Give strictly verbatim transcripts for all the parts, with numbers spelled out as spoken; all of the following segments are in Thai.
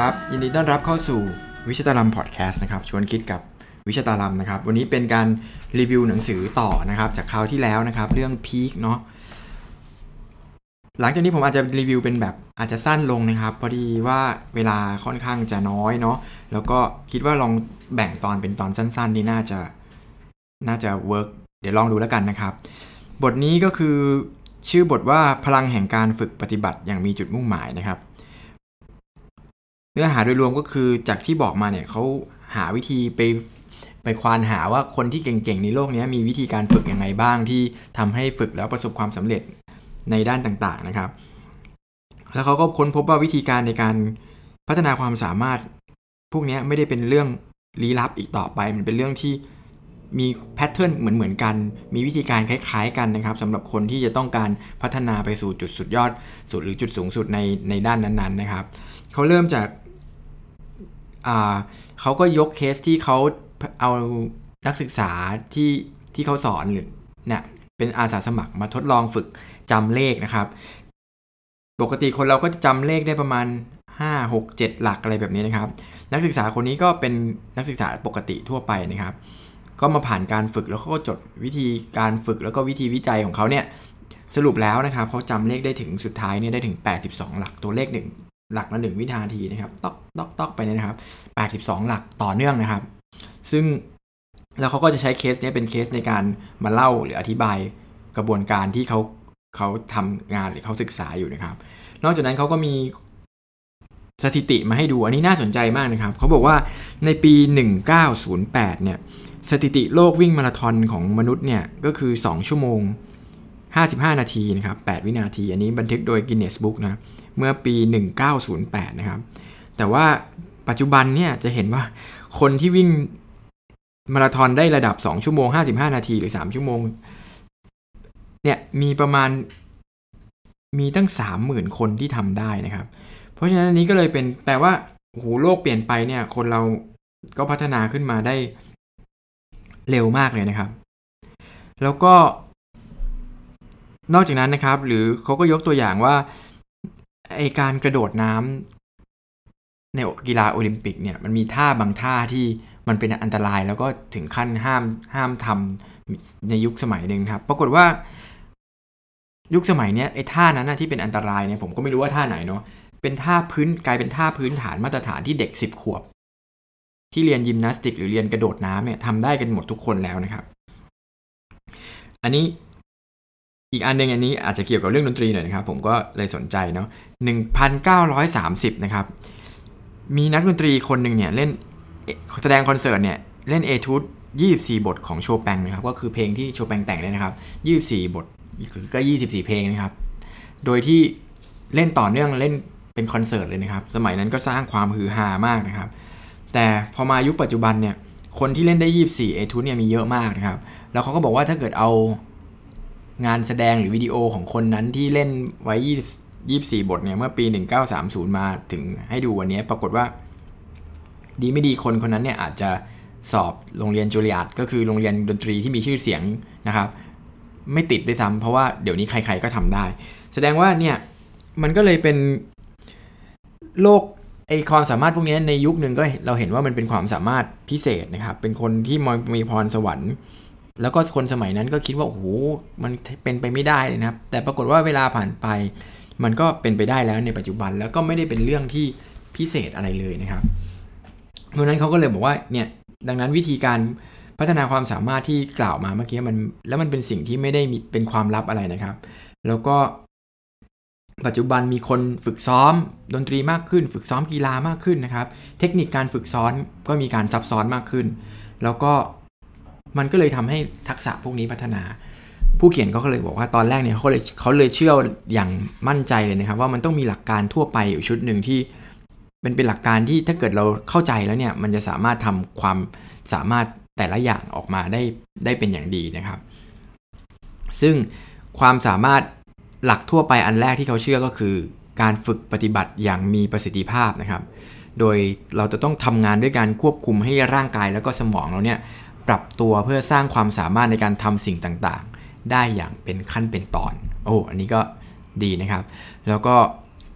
ครับยินดีต้อนรับเข้าสู่วิชตาลัมพอดแคสต์นะครับชวนคิดกับวิชตาลัมนะครับวันนี้เป็นการรีวิวหนังสือต่อนะครับจากคราวที่แล้วนะครับเรื่องพีคเนาะหลังจากนี้ผมอาจจะรีวิวเป็นแบบอาจจะสั้นลงนะครับพอดีว่าเวลาค่อนข้างจะน้อยเนาะแล้วก็คิดว่าลองแบ่งตอนเป็นตอนสั้นๆนี่น่าจะน่าจะเวิร์กเดี๋ยวลองดูแล้วกันนะครับบทนี้ก็คือชื่อบทว่าพลังแห่งการฝึกปฏิบัติอย่างมีจุดมุ่งหมายนะครับเนื้อหาโดยรวมก็คือจากที่บอกมาเนี่ยเขาหาวิธีไปไปควานหาว่าคนที่เก่งๆในโลกนี้มีวิธีการฝึกยังไงบ้างที่ทำให้ฝึกแล้วประสบความสำเร็จในด้านต่างๆนะครับแล้วเขาก็ค้นพบว่าวิธีการในการพัฒนาความสามารถพวกนี้ไม่ได้เป็นเรื่องลี้ลับอีกต่อไปมันเป็นเรื่องที่มีแพทเทิร์นเหมือนๆกันมีวิธีการคล้ายๆกันนะครับสำหรับคนที่จะต้องการพัฒนาไปสู่จุดสุดยอดสุดหรือจุดสูงสุดในในด้านนั้นๆนะครับเขาเริ่มจากอ่าเขาก็ยกเคสที่เขาเอานักศึกษาที่ที่เขาสอนหรือเนี่ยเป็นอาสาสมัครมาทดลองฝึกจำเลขนะครับปกติคนเราก็จะจำเลขได้ประมาณห้า หก เจ็ดหลักอะไรแบบนี้นะครับนักศึกษาคนนี้ก็เป็นนักศึกษาปกติทั่วไปนะครับก็มาผ่านการฝึกแล้วเขาก็จดวิธีการฝึกแล้วก็วิธีวิจัยของเขาเนี่ยสรุปแล้วนะครับเขาจำเลขได้ถึงสุดท้ายเนี่ยได้ถึงแปดสิบสองหลักตัวเลขหนึ่งหลักละหนึ่งวินาทีนะครับต๊อกต๊อกต๊อกไปเนี่ยนะครับแปดสิบสองหลักต่อเนื่องนะครับซึ่งแล้วเขาก็จะใช้เคสนี้เป็นเคสในการมาเล่าหรืออธิบายกระบวนการที่เขาเขาทำงานหรือเขาศึกษาอยู่นะครับนอกจากนั้นเขาก็มีสถิติมาให้ดูอันนี้น่าสนใจมากนะครับเขาบอกว่าในปีหนึ่งพันเก้าร้อยแปดเนี่ยสถิติโลกวิ่งมาราธอนของมนุษย์เนี่ยก็คือสองชั่วโมงห้าสิบห้านาทีนะครับแปดวินาทีอันนี้บันทึกโดย Guinness Book นะเมื่อปีหนึ่งพันเก้าร้อยแปดนะครับแต่ว่าปัจจุบันเนี่ยจะเห็นว่าคนที่วิ่งมาราธอนได้ระดับสองชั่วโมงห้าสิบห้านาทีหรือสามชั่วโมงเนี่ยมีประมาณมีตั้ง สามหมื่น คนที่ทำได้นะครับเพราะฉะนั้นอันนี้ก็เลยเป็นแปลว่าโอ้โหโลกเปลี่ยนไปเนี่ยคนเราก็พัฒนาขึ้นมาได้เร็วมากเลยนะครับแล้วก็นอกจากนั้นนะครับหรือเขาก็ยกตัวอย่างว่าไอการกระโดดน้ำในกีฬาโอลิมปิกเนี่ยมันมีท่าบางท่าที่มันเป็นอันตรายแล้วก็ถึงขั้นห้ามห้ามทำในยุคสมัยหนึ่งครับปรากฏว่ายุคสมัยนี้ไอ้ท่านั้นนะที่เป็นอันตรายเนี่ยผมก็ไม่รู้ว่าท่าไหนเนาะเป็นท่าพื้นกลายเป็นท่าพื้นฐานมาตรฐานที่เด็กสิบขวบที่เรียนยิมนาสติกหรือเรียนกระโดดน้ำเนี่ยทำได้กันหมดทุกคนแล้วนะครับอันนี้อีกอันนึงอันนี้อาจจะเกี่ยวกับเรื่องดนตรีหน่อยนะครับผมก็เลยสนใจเนาะหนึ่งพันเก้าร้อยสามสิบนะครับมีนักดนตรีคนหนึ่งเนี่ยเล่นแสดงคอนเสิร์ตเนี่ยเล่นเอทูดยี่สิบสี่บทของโชแปงนะครับก็คือเพลงที่โชแปงแต่งเลยนะครับยี่สิบสี่บทก็ยี่สิบสี่เพลงนะครับโดยที่เล่นต่อเนื่องเล่นเป็นคอนเสิร์ตเลยนะครับสมัยนั้นก็สร้างความฮือฮามากนะครับแต่พอมายุคปัจจุบันเนี่ยคนที่เล่นได้ยี่สิบสี่เอทูดเนี่ยมีเยอะมากนะครับแล้วเขาก็บอกว่าถ้าเกิดเอางานแสดงหรือวิดีโอของคนนั้นที่เล่นไว้ยี่สิบสี่บทเนี่ยเมื่อปีหนึ่งพันเก้าร้อยสามสิบมาถึงให้ดูวันนี้ปรากฏว่าดีไม่ดีคนคนนั้นเนี่ยอาจจะสอบโรงเรียนจูเลียร์ดก็คือโรงเรียนดนตรีที่มีชื่อเสียงนะครับไม่ติดด้วยซ้ำเพราะว่าเดี๋ยวนี้ใครๆก็ทำได้แสดงว่าเนี่ยมันก็เลยเป็นโลกไอความสามารถพวกนี้ในยุคนึงก็เราเห็นว่ามันเป็นความสามารถพิเศษนะครับเป็นคนที่มีพรสวรรค์แล้วก็คนสมัยนั้นก็คิดว่าโอ้โหมันเป็นไปไม่ได้เลยนะครับแต่ปรากฏว่าเวลาผ่านไปมันก็เป็นไปได้แล้วในปัจจุบันแล้วก็ไม่ได้เป็นเรื่องที่พิเศษอะไรเลยนะครับเพราะนั้นเขาก็เลยบอกว่าเนี่ยดังนั้นวิธีการพัฒนาความสามารถที่กล่าวมาเมื่อกี้มันแล้วมันเป็นสิ่งที่ไม่ได้มีเป็นความลับอะไรนะครับแล้วก็ปัจจุบันมีคนฝึกซ้อมดนตรีมากขึ้นฝึกซ้อมกีฬามากขึ้นนะครับเทคนิคการฝึกซ้อมก็มีการซับซ้อนมากขึ้นแล้วก็มันก็เลยทำให้ทักษะพวกนี้พัฒนาผู้เขียนเขาก็เลยบอกว่าตอนแรกเนี่ยเขาเลยเขาเลยเชื่ออย่างมั่นใจเลยนะครับว่ามันต้องมีหลักการทั่วไปอยู่ชุดหนึ่งที่เป็นเป็นหลักการที่ถ้าเกิดเราเข้าใจแล้วเนี่ยมันจะสามารถทำความสามารถแต่ละอย่างออกมาได้ได้เป็นอย่างดีนะครับซึ่งความสามารถหลักทั่วไปอันแรกที่เขาเชื่อก็คือการฝึกปฏิบัติอย่างมีประสิทธิภาพนะครับโดยเราจะต้องทำงานด้วยการควบคุมให้ร่างกายแล้วก็สมองเราเนี่ยปรับตัวเพื่อสร้างความสามารถในการทำสิ่งต่างๆได้อย่างเป็นขั้นเป็นตอนโอ้อันนี้ก็ดีนะครับแล้วก็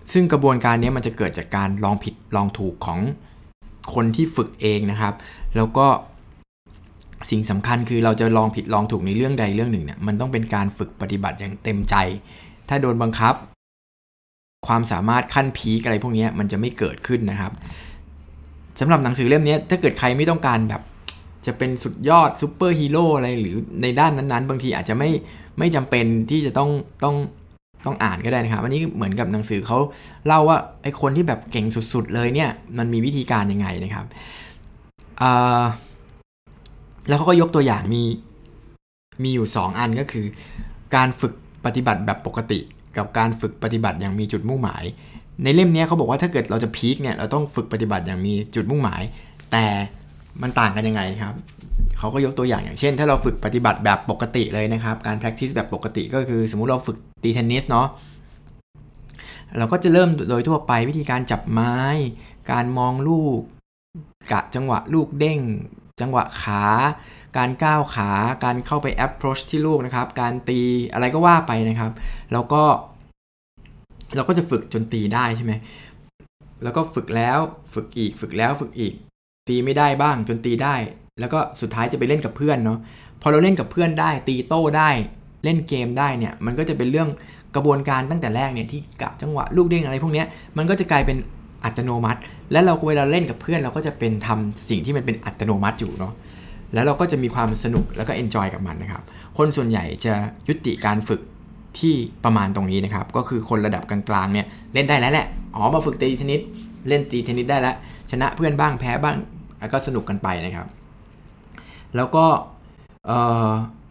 ซึ่งกระบวนการนี้มันจะเกิดจากการลองผิดลองถูกของคนที่ฝึกเองนะครับแล้วก็สิ่งสำคัญคือเราจะลองผิดลองถูกในเรื่องใดเรื่องหนึ่งเนี่ยมันต้องเป็นการฝึกปฏิบัติอย่างเต็มใจถ้าโดนบังคับความสามารถขั้นพีคอะไรพวกนี้มันจะไม่เกิดขึ้นนะครับสำหรับหนังสือเล่มนี้ถ้าเกิดใครไม่ต้องการแบบจะเป็นสุดยอดซูเปอร์ฮีโร่อะไรหรือในด้านนั้นๆบางทีอาจจะไม่ไม่จำเป็นที่จะต้องต้องต้องอ่านก็ได้นะครับอันนี้เหมือนกับหนังสือเขาเล่าว่าไอ้คนที่แบบเก่งสุดๆเลยเนี่ยมันมีวิธีการยังไงนะครับอ่าแล้วเขาก็ยกตัวอย่างมีมีอยู่สองอันก็คือการฝึกปฏิบัติแบบปกติกับการฝึกปฏิบัติอย่างมีจุดมุ่งหมายในเล่มนี้เขาบอกว่าถ้าเกิดเราจะพีคเนี่ยเราต้องฝึกปฏิบัติอย่างมีจุดมุ่งหมายแต่มันต่างกันยังไงครับเขาก็ยกตัวอย่างอย่างเช่นถ้าเราฝึกปฏิบัติแบบปกติเลยนะครับการ practice แบบปกติก็คือสมมุติเราฝึกตีเทนนิสเนาะเราก็จะเริ่มโดยทั่วไปวิธีการจับไม้การมองลูกกะจังหวะลูกเด้งจังหวะขาการก้าวขาการเข้าไป approach ที่ลูกนะครับการตีอะไรก็ว่าไปนะครับแล้วก็เราก็จะฝึกจนตีได้ใช่ไหมแล้วก็ฝึกแล้วฝึกอีกฝึกแล้วฝึกอีกตีไม่ได้บ้างจนตีได้แล้วก็สุดท้ายจะไปเล่นกับเพื่อนเนาะพอเราเล่นกับเพื่อนได้ตีโต้ได้เล่นเกมได้เนี่ยมันก็จะเป็นเรื่องกระบวนการตั้งแต่แรกเนี่ยที่กะจังหวะลูกเด้งอะไรพวกนี้มันก็จะกลายเป็นอัตโนมัติและเราเวลาเล่นกับเพื่อนเราก็จะเป็นทำสิ่งที่มันเป็นอัตโนมัติอยู่เนาะแล้วเราก็จะมีความสนุกแล้วก็เอนจอยกับมันนะครับคนส่วนใหญ่จะยุติการฝึกที่ประมาณตรงนี้นะครับก็คือคนระดับกลางๆเนี่ยเล่นได้แล้วแหละอ๋อมาฝึกตีเทนนิสเล่นตีเทนนิสได้แล้วชนะเพื่อนบ้างแพ้บ้างแล้วก็สนุกกันไปนะครับแล้วก็เอ่อ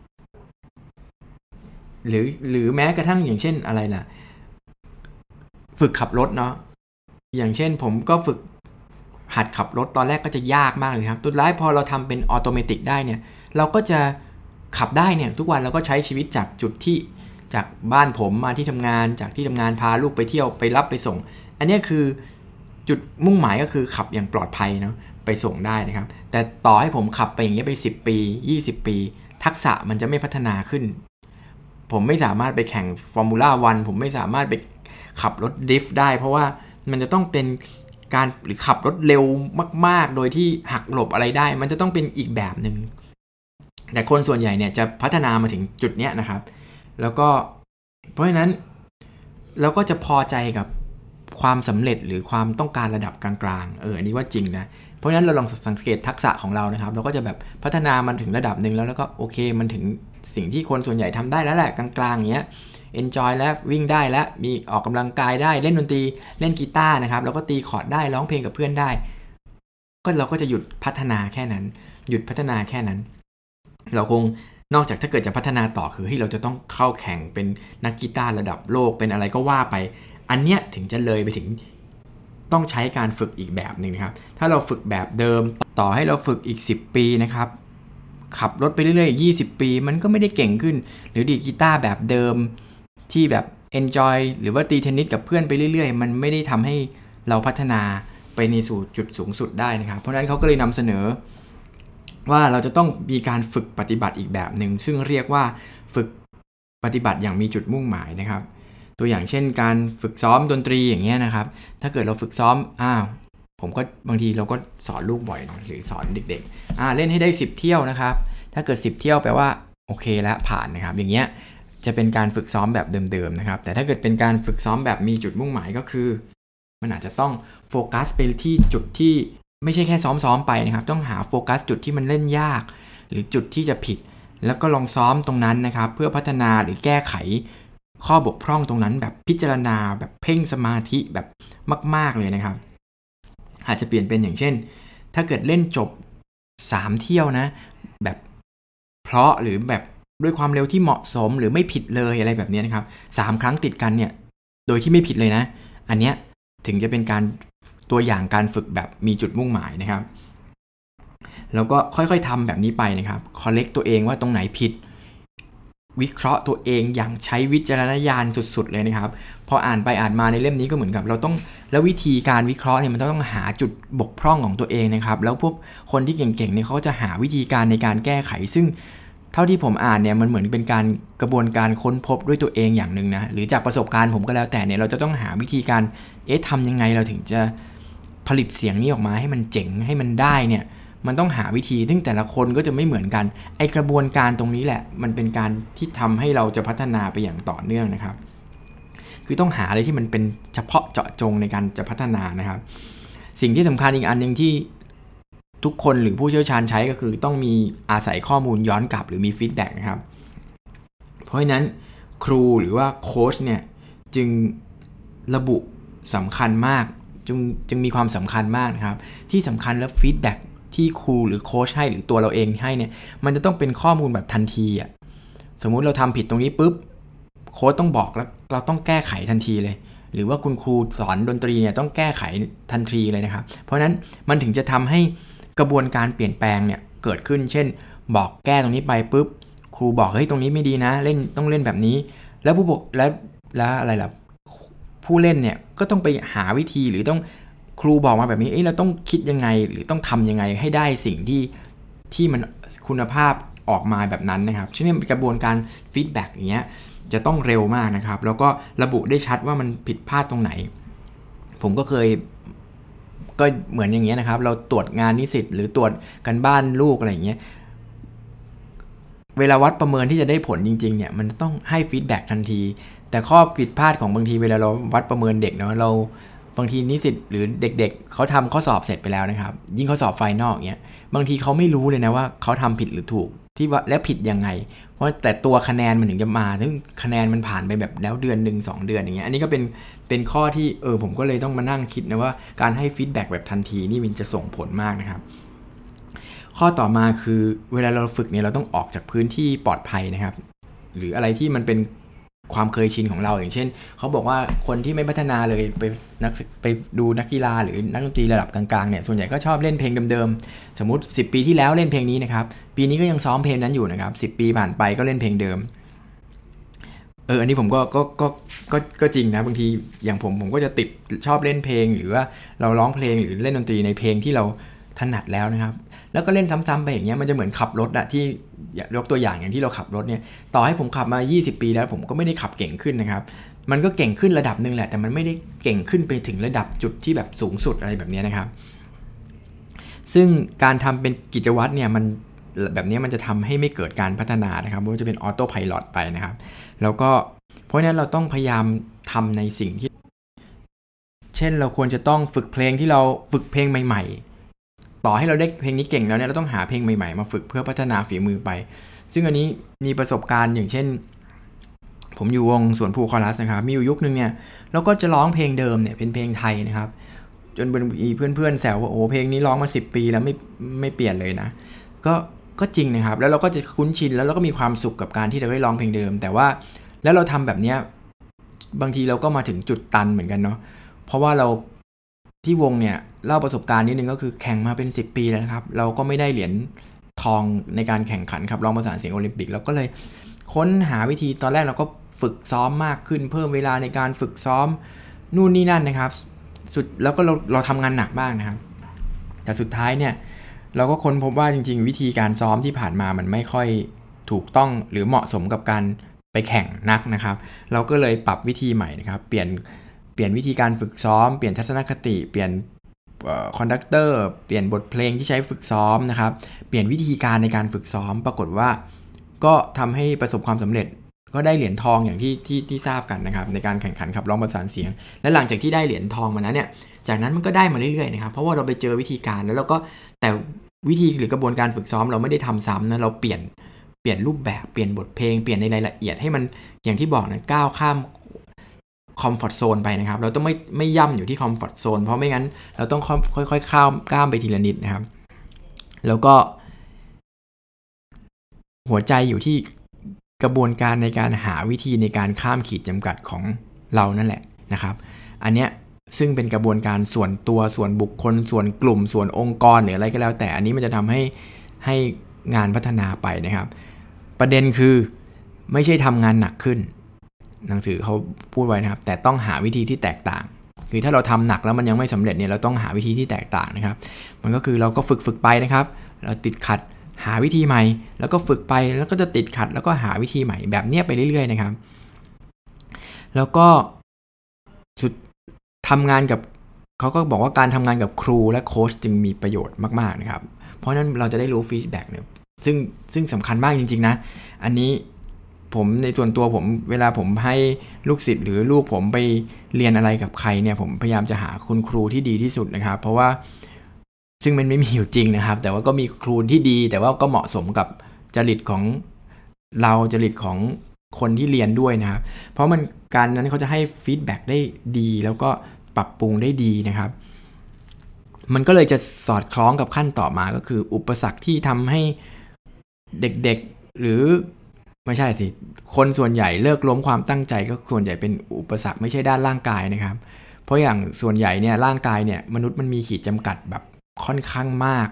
หรือหรือแม้กระทั่งอย่างเช่นอะไรล่ะฝึกขับรถเนาะอย่างเช่นผมก็ฝึกหัดขับรถตอนแรกก็จะยากมากเลยครับสุดท้ายพอเราทำเป็นออโตเมติกได้เนี่ยเราก็จะขับได้เนี่ยทุกวันเราก็ใช้ชีวิตจากจุดที่จากบ้านผมมาที่ทำงานจากที่ทำงานพาลูกไปเที่ยวไปรับไปส่งอันนี้คือจุดมุ่งหมายก็คือขับอย่างปลอดภัยเนาะไปส่งได้นะครับแต่ต่อให้ผมขับไปอย่างเงี้ยไปสิบปียี่สิบปีทักษะมันจะไม่พัฒนาขึ้นผมไม่สามารถไปแข่งฟอร์มูล่าวันผมไม่สามารถไปขับรถดริฟต์ได้เพราะว่ามันจะต้องเป็นการหรือขับรถเร็วมากๆโดยที่หักหลบอะไรได้มันจะต้องเป็นอีกแบบนึงแต่คนส่วนใหญ่เนี่ยจะพัฒนามาถึงจุดเนี้ยนะครับแล้วก็เพราะฉะนั้นเราก็จะพอใจกับความสำเร็จหรือความต้องการระดับกลางๆเอออันนี้ว่าจริงนะเพราะฉะนั้นเราลองสังเกตทักษะของเรานะครับเราก็จะแบบพัฒนามันถึงระดับนึงแล้วแล้วก็โอเคมันถึงสิ่งที่คนส่วนใหญ่ทำได้แล้วแหละกลางๆอย่างเงี้ย enjoy แล้ววิ่งได้แล้วมีออกกำลังกายได้เล่นดนตรีเล่นกีตาร์นะครับแล้วก็ตีคอร์ดได้ร้องเพลงกับเพื่อนได้ก็เราก็จะหยุดพัฒนาแค่นั้นหยุดพัฒนาแค่นั้นเราคงนอกจากถ้าเกิดจะพัฒนาต่อคือให้เราจะต้องเข้าแข่งเป็นนักกีตาร์ระดับโลกเป็นอะไรก็ว่าไปอันเนี้ยถึงจะเลยไปถึงต้องใช้การฝึกอีกแบบนึงนะครับถ้าเราฝึกแบบเดิมต่อให้เราฝึกอีกสิบปีนะครับขับรถไปเรื่อยๆยี่สิบปีมันก็ไม่ได้เก่งขึ้นหรือดีดกีตาร์แบบเดิมที่แบบ enjoy หรือว่าตีเทนนิสกับเพื่อนไปเรื่อยๆมันไม่ได้ทำให้เราพัฒนาไปในสู่จุดสูงสุดได้นะครับเพราะฉะนั้นเขาก็เลยนำเสนอว่าเราจะต้องมีการฝึกปฏิบัติอีกแบบหนึ่งซึ่งเรียกว่าฝึกปฏิบัติอย่างมีจุดมุ่งหมายนะครับตัวอย่างเช่นการฝึกซ้อมดนตรีอย่างเงี้ยนะครับถ้าเกิดเราฝึกซ้อมอ้าวผมก็บางทีเราก็สอนลูกบ่อยนะหรือสอนเด็กๆอ่าเล่นให้ได้สิบเที่ยวนะครับถ้าเกิดสิบเที่ยวแปลว่าโอเคแล้วผ่านนะครับอย่างเงี้ยจะเป็นการฝึกซ้อมแบบเดิมๆนะครับแต่ถ้าเกิดเป็นการฝึกซ้อมแบบมีจุดมุ่งหมายก็คือมันอาจจะต้องโฟกัสไปที่จุดที่ไม่ใช่แค่ซ้อมๆไปนะครับต้องหาโฟกัสจุดที่มันเล่นยากหรือจุดที่จะผิดแล้วก็ลองซ้อมตรงนั้นนะครับเพื่อพัฒนาหรือแก้ไขข้อบกพร่องตรงนั้นแบบพิจารณาแบบเพ่งสมาธิแบบมากๆเลยนะครับอาจจะเปลี่ยนเป็นอย่างเช่นถ้าเกิดเล่นจบสามเที่ยวนะแบบเพราะหรือแบบด้วยความเร็วที่เหมาะสมหรือไม่ผิดเลยอะไรแบบนี้นะครับสามครั้งติดกันเนี่ยโดยที่ไม่ผิดเลยนะอันเนี้ยถึงจะเป็นการตัวอย่างการฝึกแบบมีจุดมุ่งหมายนะครับแล้วก็ค่อยๆทำแบบนี้ไปนะครับคอลเลกตัวเองว่าตรงไหนผิดวิเคราะห์ตัวเองอย่างใช้วิจารณญาณสุดๆเลยนะครับพออ่านไปอ่านมาในเล่มนี้ก็เหมือนกับเราต้องแล้ววิธีการวิเคราะห์เนี่ยมันต้องหาจุดบกพร่องของตัวเองนะครับแล้วพวกคนที่เก่งๆเนี่ยเขาจะหาวิธีการในการแก้ไขซึ่งเท่าที่ผมอ่านเนี่ยมันเหมือนเป็นการกระบวนการค้นพบด้วยตัวเองอย่างนึงนะหรือจากประสบการณ์ผมก็แล้วแต่เนี่ยเราจะต้องหาวิธีการเอ๊ะทำยังไงเราถึงจะผลิตเสียงนี้ออกมาให้มันเจ๋งให้มันได้เนี่ยมันต้องหาวิธีซึ่งแต่ละคนก็จะไม่เหมือนกันไอกระบวนการตรงนี้แหละมันเป็นการที่ทำให้เราจะพัฒนาไปอย่างต่อเนื่องนะครับคือต้องหาอะไรที่มันเป็นเฉพาะเจาะจงในการจะพัฒนานะครับสิ่งที่สำคัญอีกอันนึงที่ทุกคนหรือผู้เชี่ยวชาญใช้ก็คือต้องมีอาศัยข้อมูลย้อนกลับหรือมีฟีดแบ็กนะครับเพราะฉะนั้นครูหรือว่าโค้ชเนี่ยจึงระบุสำคัญมากจึงจึงมีความสำคัญมากนะครับที่สำคัญแล้วฟีดแบ็กที่ครูหรือโค้ชให้หรือตัวเราเองให้เนี่ยมันจะต้องเป็นข้อมูลแบบทันทีอ่ะสมมุติเราทำผิดตรงนี้ปุ๊บโค้ชต้องบอกแล้วเราต้องแก้ไขทันทีเลยหรือว่าคุณครูสอนดนตรีเนี่ยต้องแก้ไขทันทีเลยนะครับเพราะฉะนั้นมันถึงจะทำให้กระบวนการเปลี่ยนแปลงเนี่ยเกิดขึ้นเช่นบอกแก้ตรงนี้ไปปุ๊บครูบอกเฮ้ยตรงนี้ไม่ดีนะเล่นต้องเล่นแบบนี้แล้วผู้บอกและและอะไรล่ะผู้เล่นเนี่ยก็ต้องไปหาวิธีหรือต้องครูบอกมาแบบนี้เอ้ยเราต้องคิดยังไงหรือต้องทำยังไงให้ได้สิ่งที่ที่มันคุณภาพออกมาแบบนั้นนะครับฉะนั้นกระบวนการฟีดแบ็กอย่างเงี้ยจะต้องเร็วมากนะครับแล้วก็ระบุได้ชัดว่ามันผิดพลาดตรงไหนผมก็เคยก็เหมือนอย่างเงี้ยนะครับเราตรวจงานนิสิตหรือตรวจกันบ้านลูกอะไรอย่างเงี้ยเวลาวัดประเมินที่จะได้ผลจริงๆเนี่ยมันต้องให้ฟีดแบ็กทันทีแต่ข้อผิดพลาดของบางทีเวลาเราวัดประเมินเด็กเนาะเราบางทีนิสิตหรือเด็กๆเขาทำข้อสอบเสร็จไปแล้วนะครับยิ่งข้อสอบไฟนอลอย่างเงี้ยบางทีเขาไม่รู้เลยนะว่าเขาทำผิดหรือถูกที่ว่าและผิดยังไงเพราะแต่ตัวคะแนนมันถึงจะมาซึ่งคะแนนมันผ่านไปแบบแล้วเดือนหนึ่งสองเดือนอย่างเงี้ยอันนี้ก็เป็นเป็นข้อที่เออผมก็เลยต้องมานั่งคิดนะว่าการให้ฟีดแบ็กแบบทันทีนี่มันจะส่งผลมากนะครับข้อต่อมาคือเวลาเราฝึกเนี่ยเราต้องออกจากพื้นที่ปลอดภัยนะครับหรืออะไรที่มันเป็นความเคยชินของเราอย่างเช่นเขาบอกว่าคนที่ไม่พัฒนาเลยไปนักไปดูนักกีฬาหรือนักดนตรีระดับกลางๆเนี่ยส่วนใหญ่ก็ชอบเล่นเพลงเดิมๆสมมุติสิบปีที่แล้วเล่นเพลงนี้นะครับปีนี้ก็ยังซ้อมเพลงนั้นอยู่นะครับสิบปีผ่านไปก็เล่นเพลงเดิมเอออันนี้ผมก็ก็ก็ก็ก็จริงนะบางทีอย่างผมผมก็จะติดชอบเล่นเพลงหรือว่าเราร้องเพลงหรือเล่นดนตรีในเพลงที่เราถนัดแล้วนะครับแล้วก็เล่นซ้ำๆไปอย่างเงี้ยมันจะเหมือนขับรถอะที่ยกตัวอย่างอย่างที่เราขับรถเนี่ยต่อให้ผมขับมายี่สิบปีแล้วผมก็ไม่ได้ขับเก่งขึ้นนะครับมันก็เก่งขึ้นระดับนึงแหละแต่มันไม่ได้เก่งขึ้นไปถึงระดับจุดที่แบบสูงสุดอะไรแบบนี้นะครับซึ่งการทำเป็นกิจวัตรเนี่ยมันแบบนี้มันจะทำให้ไม่เกิดการพัฒนานะครับมันจะเป็นออโต้ไพลอตไปนะครับแล้วก็เพราะฉะนั้นเราต้องพยายามทำในสิ่งที่เช่นเราควรจะต้องฝึกเพลงที่เราฝึกเพลงใหม่ๆต่อให้เราได้เพลงนี้เก่งแล้วเนี่ยเราต้องหาเพลงใหม่ๆมาฝึกเพื่อพัฒนาฝีมือไปซึ่งอันนี้มีประสบการณ์อย่างเช่นผมอยู่วงสวนภูคอรัสนะครับมีอยู่ยุคนึงเนี่ยเราก็จะร้องเพลงเดิมเนี่ยเป็นเพลงไทยนะครับจนมีเพื่อนๆแซวว่าโอ้เพลงนี้ร้องมาสิบปีแล้วไม่ไม่เปลี่ยนเลยนะก็ก็จริงนะครับแล้วเราก็จะคุ้นชินแล้วเราก็มีความสุขกับการที่เราได้ร้องเพลงเดิมแต่ว่าแล้วเราทำแบบเนี้ยบางทีเราก็มาถึงจุดตันเหมือนกันเนาะเพราะว่าเราที่วงเนี่ยเล่าประสบการณ์นิดนึงก็คือแข่งมาเป็นสิบปีแล้วนะครับเราก็ไม่ได้เหรียญทองในการแข่งขันครับร้องประสานเสียงโอลิมปิกเราก็เลยค้นหาวิธีตอนแรกเราก็ฝึกซ้อมมากขึ้นเพิ่มเวลาในการฝึกซ้อมนู่นนี่นั่นนะครับสุดแล้วก็เราเราทำงานหนักมากนะครับแต่สุดท้ายเนี่ยเราก็ค้นพบว่าจริงๆวิธีการซ้อมที่ผ่านมามันไม่ค่อยถูกต้องหรือเหมาะสมกับการไปแข่งนักนะครับเราก็เลยปรับวิธีใหม่นะครับเปลี่ยนเปลี่ยนวิธีการฝึกซ้อมเปลี่ยนทัศนคติเปลี่ยนคอนดักเตอร์เปลี่ยนบทเพลงที่ใช้ฝึกซ้อมนะครับเปลี่ยนวิธีการในการฝึกซ้อมปรากฏว่าก็ทำให้ประสบความสำเร็จก็ได้เหรียญทองอย่างที่ที่ที่ทราบกันนะครับในการแข่งขันขับร้องประสานเสียงและหลังจากที่ได้เหรียญทองมาแล้วเนี่ยจากนั้นมันก็ได้มาเรื่อยๆนะครับเพราะว่าเราไปเจอวิธีการแล้วเราก็แต่วิธีหรือกระบวนการฝึกซ้อมเราไม่ได้ทำซ้ำนะเราเปลี่ยนเปลี่ยนรูปแบบเปลี่ยนบทเพลงเปลี่ยนในรายละเอียดให้มันอย่างที่บอกนะก้าวข้ามคอมฟอร์ตโซนไปนะครับเราต้องไม่ไม่ย่ำอยู่ที่คอมฟอร์ตโซนเพราะไม่งั้นเราต้องค่อยๆข้ามก้ามไปทีละนิดนะครับแล้วก็หัวใจอยู่ที่กระบวนการในการหาวิธีในการข้ามขีดจำกัดของเรานั่นแหละนะครับอันเนี้ยซึ่งเป็นกระบวนการส่วนตัวส่วนบุคคลส่วนกลุ่มส่วนองค์กรหรืออะไรก็แล้วแต่อันนี้มันจะทำให้ให้งานพัฒนาไปนะครับประเด็นคือไม่ใช่ทำงานหนักขึ้นหนังสือเขาพูดไว้นะครับแต่ต้องหาวิธีที่แตกต่างคือถ้าเราทำหนักแล้วมันยังไม่สำเร็จเนี่ยเราต้องหาวิธีที่แตกต่างนะครับมันก็คือเราก็ฝึกฝึกไปนะครับเราติดขัดหาวิธีใหม่แล้วก็ฝึกไปแล้วก็จะติดขัดแล้วก็หาวิธีใหม่แบบนี้ไปเรื่อยๆนะครับแล้วก็สุดทำงานกับเขาก็บอกว่าการทำงานกับครูและโค้ชจึงมีประโยชน์มากๆนะครับเพราะนั้นเราจะได้รู้ฟีดแบ็กเนี่ยซึ่งซึ่งสำคัญมากจริงๆนะอันนี้ผมในส่วนตัวผมเวลาผมให้ลูกศิษย์หรือลูกผมไปเรียนอะไรกับใครเนี่ยผมพยายามจะหาคุณครูที่ดีที่สุดนะครับเพราะว่าซึ่งมันไม่มีอยู่จริงนะครับแต่ว่าก็มีครูที่ดีแต่ว่าก็เหมาะสมกับจริตของเราจริตของคนที่เรียนด้วยนะครับเพราะมันการนั้นเขาจะให้ฟีดแบ็กได้ดีแล้วก็ปรับปรุงได้ดีนะครับมันก็เลยจะสอดคล้องกับขั้นต่อมาก็คืออุปสรรคที่ทำให้เด็กๆหรือไม่ใช่สิคนส่วนใหญ่เลิกล้มความตั้งใจก็ส่วนใหญ่เป็นอุปสรรคไม่ใช่ด้านร่างกายนะครับเพราะอย่างส่วนใหญ่เนี่ยร่างกายเนี่ยมนุษย์มันมีขีดจำกัดแบบค่อนข้างมาก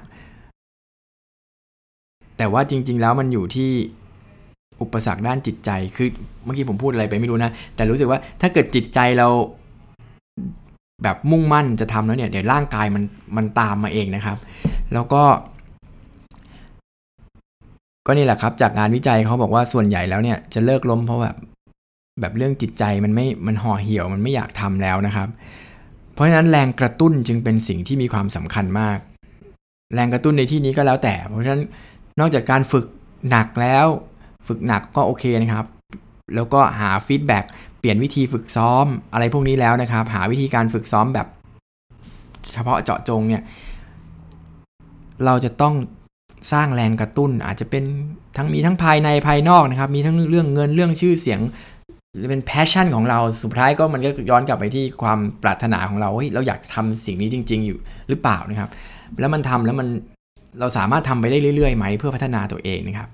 แต่ว่าจริงๆแล้วมันอยู่ที่อุปสรรคด้านจิตใจคือเมื่อกี้ผมพูดอะไรไปไม่รู้นะแต่รู้สึกว่าถ้าเกิดจิตใจเราแบบมุ่งมั่นจะทำแล้วเนี่ยเดี๋ยวร่างกายมันมันตามมาเองนะครับแล้วก็ก็นี่แหละครับจากงานวิจัยเขาบอกว่าส่วนใหญ่แล้วเนี่ยจะเลิกล้มเพราะแบบแบบเรื่องจิตใจมันไม่มันห่อเหี่ยวมันไม่อยากทำแล้วนะครับเพราะฉะนั้นแรงกระตุ้นจึงเป็นสิ่งที่มีความสำคัญมากแรงกระตุ้นในที่นี้ก็แล้วแต่เพราะฉะนั้นนอกจากการฝึกหนักแล้วฝึกหนักก็โอเคนะครับแล้วก็หาฟีดแบ็กเปลี่ยนวิธีฝึกซ้อมอะไรพวกนี้แล้วนะครับหาวิธีการฝึกซ้อมแบบเฉพาะเจาะจงเนี่ยเราจะต้องสร้างแรงกระตุ้นอาจจะเป็นทั้งมีทั้งภายในภายนอกนะครับมีทั้งเรื่องเงินเรื่องชื่อเสียงเป็นแพชชั่นของเราสุดท้ายก็มันก็ย้อนกลับไปที่ความปรารถนาของเราเฮ้ยเราอยากทำสิ่งนี้จริงๆอยู่หรือเปล่านะครับแล้วมันทำแล้วมันเราสามารถทำไปได้เรื่อยๆไหมเพื่อพัฒนาตัวเองนะครับ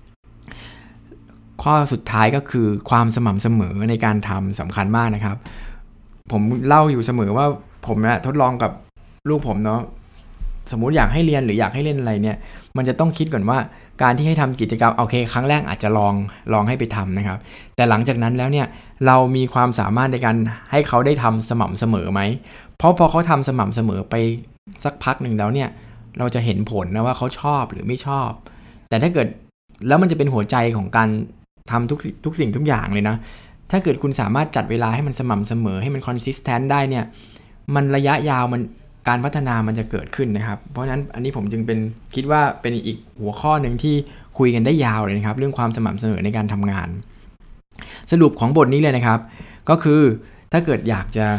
ข้อสุดท้ายก็คือความสม่ำเสมอในการทำสำคัญมากนะครับผมเล่าอยู่เสมอว่าผมนะทดลองกับลูกผมเนาะสมมุติอยากให้เรียนหรืออยากให้เล่นอะไรเนี่ยมันจะต้องคิดก่อนว่าการที่ให้ทำกิจกรรมโอเคครั้งแรกอาจจะลองลองให้ไปทำนะครับแต่หลังจากนั้นแล้วเนี่ยเรามีความสามารถในการให้เขาได้ทำสม่ำเสมอไหมเพราะพอเขาทำสม่ำเสมอไปสักพักหนึ่งแล้วเนี่ยเราจะเห็นผลนะว่าเขาชอบหรือไม่ชอบแต่ถ้าเกิดแล้วมันจะเป็นหัวใจของการทำทุกทุกสิ่งทุกอย่างเลยนะถ้าเกิดคุณสามารถจัดเวลาให้มันสม่ำเสมอให้มัน consistent ได้เนี่ยมันระยะยาวมันการพัฒนามันจะเกิดขึ้นนะครับเพราะฉะนั้นอันนี้ผมจึงเป็นคิดว่าเป็นอีกหัวข้อหนึ่งที่คุยกันได้ยาวเลยนะครับเรื่องความสม่ำเสมอในการทำงานสรุปของบทนี้เลยนะครับก็คือถ้าเกิดอยากจะ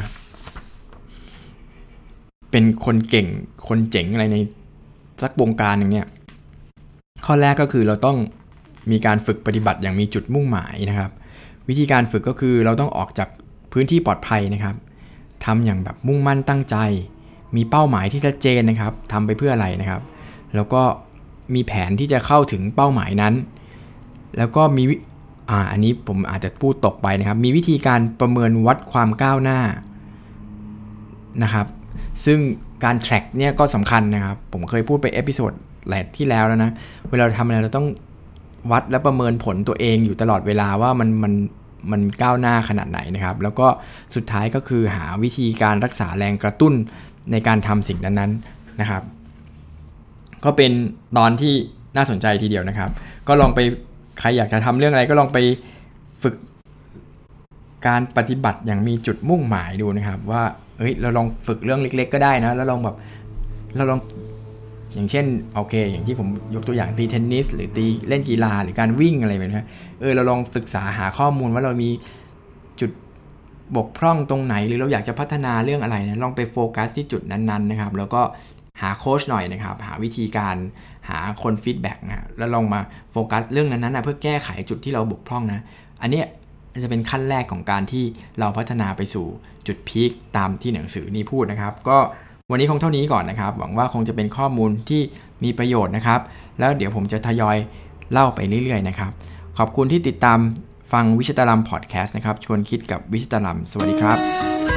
เป็นคนเก่งคนเจ๋งอะไรในสักวงการหนึ่งเนี่ยข้อแรกก็คือเราต้องมีการฝึกปฏิบัติอย่างมีจุดมุ่งหมายนะครับวิธีการฝึกก็คือเราต้องออกจากพื้นที่ปลอดภัยนะครับทำอย่างแบบมุ่งมั่นตั้งใจมีเป้าหมายที่ชัดเจนนะครับทำไปเพื่ออะไรนะครับแล้วก็มีแผนที่จะเข้าถึงเป้าหมายนั้นแล้วก็มีอ่าอันนี้ผมอาจจะพูดตกไปนะครับมีวิธีการประเมินวัดความก้าวหน้านะครับซึ่งการ track เนี่ยก็สำคัญนะครับผมเคยพูดไปเอพิโซดแรกที่แล้วแล้วนะเวลาเราทำอะไรเราต้องวัดและประเมินผลตัวเองอยู่ตลอดเวลาว่ามันมันมันก้าวหน้าขนาดไหนนะครับแล้วก็สุดท้ายก็คือหาวิธีการรักษาแรงกระตุ้นในการทำสิ่งนั้นๆนะครับก็เป็นตอนที่น่าสนใจทีเดียวนะครับก็ลองไปใครอยากจะทำเรื่องอะไรก็ลองไปฝึกการปฏิบัติอย่างมีจุดมุ่งหมายดูนะครับว่าเอ้ยเราลองฝึกเรื่องเล็กๆก็ได้นะแล้วลองแบบเราลองอย่างเช่นโอเคอย่างที่ผมยกตัวอย่างตีเทนนิสหรือตีเล่นกีฬาหรือการวิ่งอะไรแบบนี้เออเราลองศึกษาหาข้อมูลว่าเรามีจุดบกพร่องตรงไหนหรือเราอยากจะพัฒนาเรื่องอะไรนะลองไปโฟกัสที่จุดนั้นๆนะครับแล้วก็หาโค้ชหน่อยนะครับหาวิธีการหาคนฟีดแบ็กนะแล้วลองมาโฟกัสเรื่องนั้นๆนะเพื่อแก้ไขจุดที่เราบกพร่องนะอันนี้จะเป็นขั้นแรกของการที่เราพัฒนาไปสู่จุดพีคตามที่หนังสือนี้พูดนะครับก็วันนี้คงเท่านี้ก่อนนะครับหวังว่าคงจะเป็นข้อมูลที่มีประโยชน์นะครับแล้วเดี๋ยวผมจะทยอยเล่าไปเรื่อยๆนะครับขอบคุณที่ติดตามฟังวิชตาลัมพอดแคสต์นะครับชวนคิดกับวิชตาลัมสวัสดีครับ